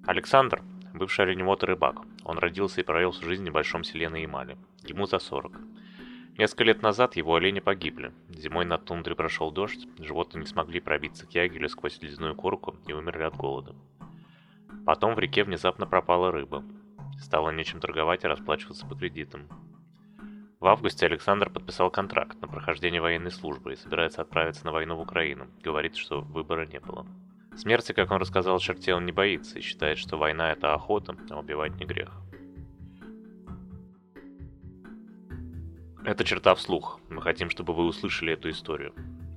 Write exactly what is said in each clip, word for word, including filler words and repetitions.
Александр– бывший оленевод и рыбак. Он родился и провел всю жизнь в небольшом селе на Ямале. Ему за сорок. Несколько лет назад его олени погибли. Зимой на тундре прошел дождь, животные не смогли пробиться к ягелю сквозь ледяную корку и умерли от голода. Потом в реке внезапно пропала рыба. Стало нечем торговать и расплачиваться по кредитам. В августе Александр подписал контракт на прохождение военной службы и собирается отправиться на войну в Украину. Говорит, что выбора не было. Смерти, как он рассказал черте, он не боится и считает, что война – это охота, а убивать не грех. Это черта вслух. Мы хотим, чтобы вы услышали эту историю.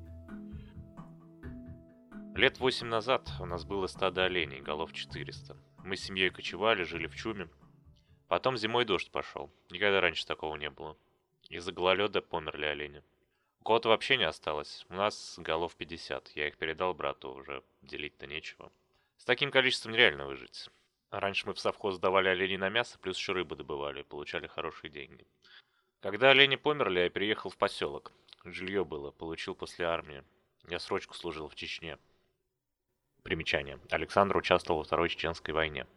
Лет восемь назад у нас было стадо оленей, голов четыреста. Мы с семьей кочевали, жили в чуме. Потом зимой дождь пошел. Никогда раньше такого не было. Из-за гололеда померли олени. У кого-то вообще не осталось. У нас голов пятьдесят. Я их передал брату, уже делить-то нечего. С таким количеством нереально выжить. Раньше мы в совхоз давали оленей на мясо, плюс еще рыбу добывали, получали хорошие деньги. Когда олени померли, я переехал в поселок. Жилье было, получил после армии. Я срочку служил в Чечне. Примечание. Александр участвовал во Второй Чеченской войне.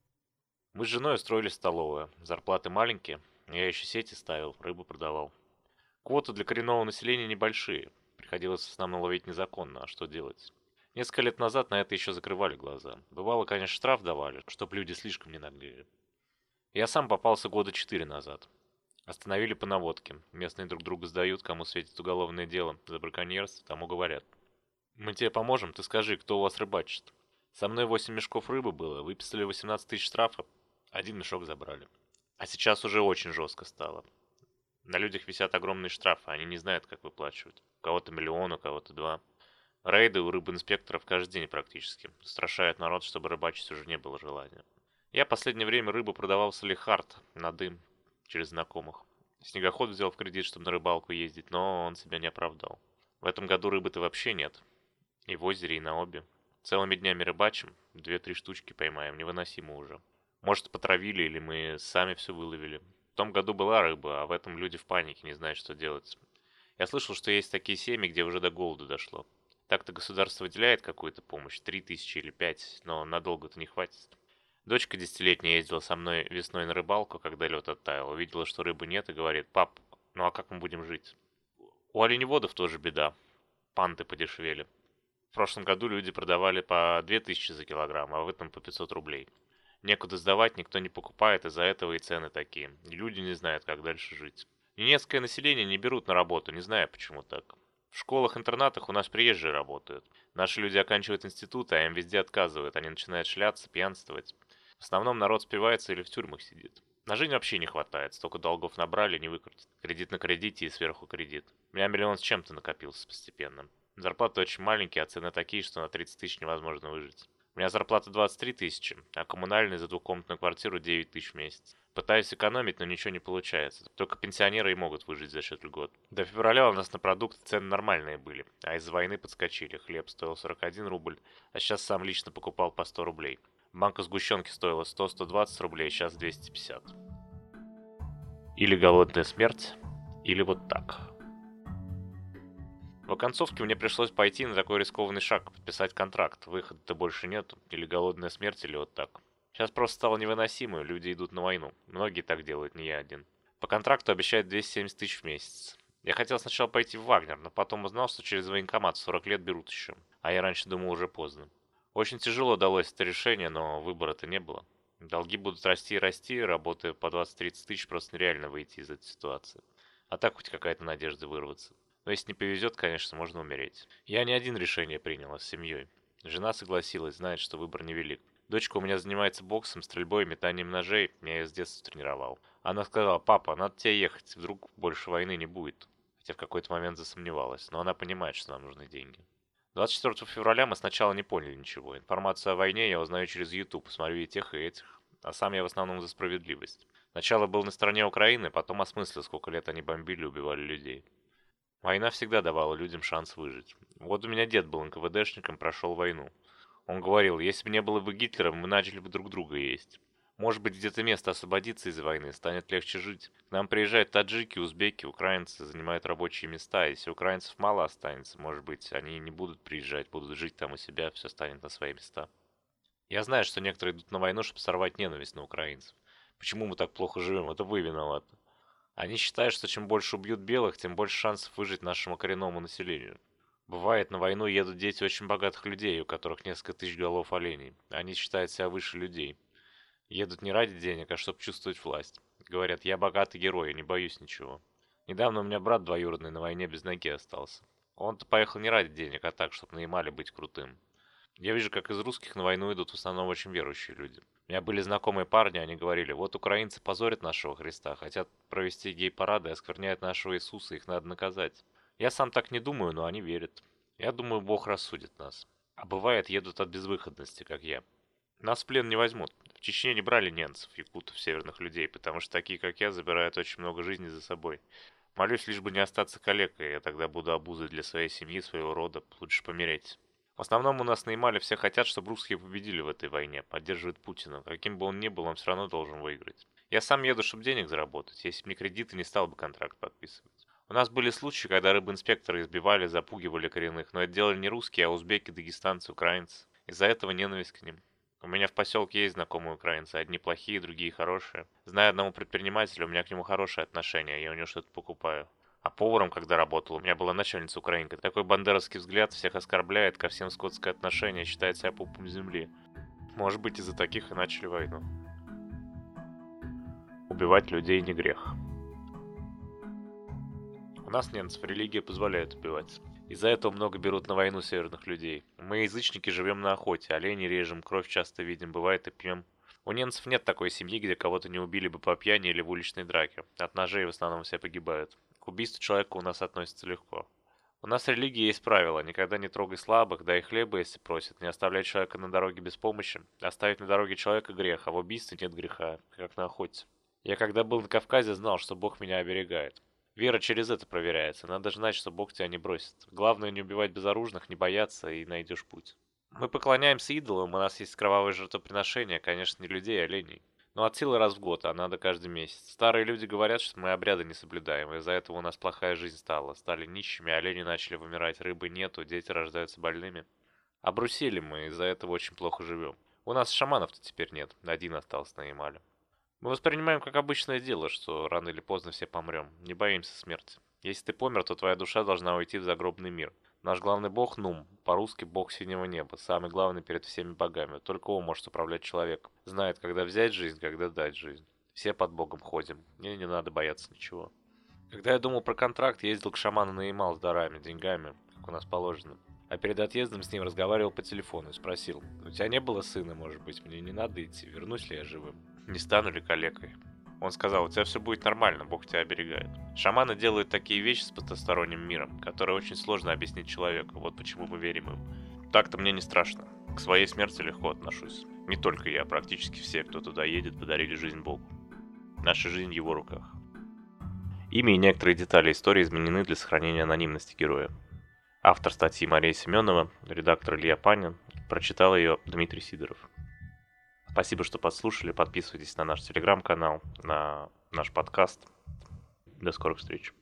Мы с женой устроили столовую. Зарплаты маленькие. Я еще сети ставил, рыбу продавал. Квоты для коренного населения небольшие. Приходилось в основном ловить незаконно, а что делать? Несколько лет назад на это еще закрывали глаза. Бывало, конечно, штраф давали, чтоб люди слишком не наглели. Я сам попался года четыре назад. Остановили по наводке. Местные друг друга сдают, кому светит уголовное дело за браконьерство, тому говорят. Мы тебе поможем, ты скажи, кто у вас рыбачит. Со мной восемь мешков рыбы было, выписали восемнадцать тысяч штрафа, один мешок забрали. А сейчас уже очень жестко стало. На людях висят огромные штрафы, они не знают, как выплачивать. У кого-то миллион, у кого-то два. Рейды у рыбинспекторов каждый день практически. Страшают народ, чтобы рыбачить уже не было желания. Я в последнее время рыбу продавал в Салехард на дым через знакомых. Снегоход взял в кредит, чтобы на рыбалку ездить, но он себя не оправдал. В этом году рыбы-то вообще нет. И в озере, и на обе. Целыми днями рыбачим, две-три штучки поймаем, невыносимо уже. Может, потравили или мы сами все выловили. В том году была рыба, а в этом люди в панике, не знают, что делать. Я слышал, что есть такие семьи, где уже до голода дошло. Так-то государство выделяет какую-то помощь, три тысячи или пять, но надолго-то не хватит. Дочка десятилетняя ездила со мной весной на рыбалку, когда лед оттаял. Увидела, что рыбы нет, и говорит: пап, ну а как мы будем жить? У оленеводов тоже беда. Панты подешевели. В прошлом году люди продавали по две тысячи за килограмм, а в этом по пятьсот рублей. Некуда сдавать, никто не покупает, из-за этого и цены такие. И люди не знают, как дальше жить. Ненецкое население не берут на работу, не знаю, почему так. В школах-интернатах у нас приезжие работают. Наши люди оканчивают институты, а им везде отказывают. Они начинают шляться, пьянствовать. В основном народ спивается или в тюрьмах сидит. На жизнь вообще не хватает, столько долгов набрали, не выкрутить. Кредит на кредите и сверху кредит. У меня миллион с чем-то накопился постепенно. Зарплаты очень маленькие, а цены такие, что на тридцать тысяч невозможно выжить. У меня зарплата двадцать три тысячи, а коммунальный за двухкомнатную квартиру девять тысяч в месяц. Пытаюсь экономить, но ничего не получается. Только пенсионеры и могут выжить за счет льгот. До февраля у нас на продукты цены нормальные были, а из-за войны подскочили. Хлеб стоил сорок один рубль, а сейчас сам лично покупал по сто рублей. Банка сгущенки стоила сто - сто двадцать рублей, сейчас двести пятьдесят. Или голодная смерть, или вот так. В оконцовке мне пришлось пойти на такой рискованный шаг, подписать контракт. Выхода-то больше нет, или голодная смерть, или вот так. Сейчас просто стало невыносимо, люди идут на войну. Многие так делают, не я один. По контракту обещают двести семьдесят тысяч в месяц. Я хотел сначала пойти в Вагнер, но потом узнал, что через военкомат сорок лет берут еще. А я раньше думал, уже поздно. Очень тяжело далось это решение, но выбора-то не было. Долги будут расти и расти, работая по двадцать-тридцать тысяч, просто нереально выйти из этой ситуации. А так хоть какая-то надежда вырваться. Но если не повезет, конечно, можно умереть. Я не один решение принял, а с семьей. Жена согласилась, знает, что выбор невелик. Дочка у меня занимается боксом, стрельбой, метанием ножей. Я ее с детства тренировал. Она сказала: папа, надо тебе ехать, вдруг больше войны не будет. Хотя в какой-то момент засомневалась, но она понимает, что нам нужны деньги. двадцать четвёртого февраля мы сначала не поняли ничего. Информацию о войне я узнаю через YouTube, смотрю и тех, и этих. А сам я в основном за справедливость. Сначала был на стороне Украины, потом осмыслил, сколько лет они бомбили и убивали людей. Война всегда давала людям шанс выжить. Вот у меня дед был эн ка вэ дэшником, прошел войну. Он говорил: если бы не было бы Гитлера, мы начали бы друг друга есть. Может быть, где-то место освободится из войны, станет легче жить. К нам приезжают таджики, узбеки, украинцы, занимают рабочие места. Если украинцев мало останется, может быть, они не будут приезжать, будут жить там у себя, все станет на свои места. Я знаю, что некоторые идут на войну, чтобы сорвать ненависть на украинцев. Почему мы так плохо живем? Это вы виноваты. Они считают, что чем больше убьют белых, тем больше шансов выжить нашему коренному населению. Бывает, на войну едут дети очень богатых людей, у которых несколько тысяч голов оленей. Они считают себя выше людей. Едут не ради денег, а чтобы чувствовать власть. Говорят, я богатый герой, я не боюсь ничего. Недавно у меня брат двоюродный на войне без ноги остался. Он-то поехал не ради денег, а так, чтобы на Ямале быть крутым. Я вижу, как из русских на войну идут в основном очень верующие люди. У меня были знакомые парни, они говорили, вот украинцы позорят нашего Христа, хотят провести гей-парады, оскверняют нашего Иисуса, их надо наказать. Я сам так не думаю, но они верят. Я думаю, Бог рассудит нас. А бывает, едут от безвыходности, как я. Нас в плен не возьмут. В Чечне не брали немцев, якутов, северных людей, потому что такие, как я, забирают очень много жизни за собой. Молюсь, лишь бы не остаться калекой, я тогда буду обузой для своей семьи, своего рода, лучше помереть. В основном у нас на Ямале все хотят, чтобы русские победили в этой войне, поддерживают Путина. Каким бы он ни был, он все равно должен выиграть. Я сам еду, чтобы денег заработать. Если бы не кредиты, не стал бы контракт подписывать. У нас были случаи, когда рыбинспекторы избивали, запугивали коренных, но это делали не русские, а узбеки, дагестанцы, украинцы. Из-за этого ненависть к ним. У меня в поселке есть знакомые украинцы, одни плохие, другие хорошие. Знаю одного предпринимателя, у меня к нему хорошее отношение, я у него что-то покупаю. А поваром, когда работал, у меня была начальница украинка. Такой бандеровский взгляд, всех оскорбляет, ко всем скотское отношение, считает себя пупом земли. Может быть, из-за таких и начали войну. Убивать людей не грех. У нас, немцев, религия позволяет убивать. Из-за этого много берут на войну северных людей. Мы, язычники, живем на охоте, оленей режем, кровь часто видим, бывает и пьем. У немцев нет такой семьи, где кого-то не убили бы по пьяни или в уличной драке. От ножей в основном все погибают. К убийству человека у нас относятся легко. У нас в религии есть правило: никогда не трогай слабых, дай хлеба, если просят, не оставляй человека на дороге без помощи. Оставить на дороге человека грех, а в убийстве нет греха, как на охоте. Я когда был на Кавказе, знал, что Бог меня оберегает. Вера через это проверяется, надо знать, что Бог тебя не бросит. Главное не убивать безоружных, не бояться, и найдешь путь. Мы поклоняемся идолам, у нас есть кровавые жертвоприношения, конечно, не людей, а оленей. Но от силы раз в год, а надо каждый месяц. Старые люди говорят, что мы обряды не соблюдаем, из-за этого у нас плохая жизнь стала. Стали нищими, олени начали вымирать, рыбы нету, дети рождаются больными. Обрусели мы, из-за этого очень плохо живем. У нас шаманов-то теперь нет, один остался на Ямале. Мы воспринимаем как обычное дело, что рано или поздно все помрем. Не боимся смерти. Если ты помер, то твоя душа должна уйти в загробный мир. Наш главный бог Нум, по-русски бог синего неба, самый главный перед всеми богами. Только он может управлять человеком. Знает, когда взять жизнь, когда дать жизнь. Все под богом ходим. Мне не надо бояться ничего. Когда я думал про контракт, ездил к шаману на Ямал с дарами, деньгами, как у нас положено. А перед отъездом с ним разговаривал по телефону и спросил: у тебя не было сына, может быть, мне не надо идти, вернусь ли я живым? Не стану ли калекой? Он сказал: у тебя все будет нормально, Бог тебя оберегает. Шаманы делают такие вещи с потусторонним миром, которые очень сложно объяснить человеку, вот почему мы верим им. Так-то мне не страшно, к своей смерти легко отношусь. Не только я, практически все, кто туда едет, подарили жизнь Богу. Наша жизнь в его руках. Имя и некоторые детали истории изменены для сохранения анонимности героя. Автор статьи Мария Семенова, редактор Илья Панин, прочитал ее Дмитрий Сидоров. Спасибо, что подслушали. Подписывайтесь на наш телеграм-канал, на наш подкаст. До скорых встреч.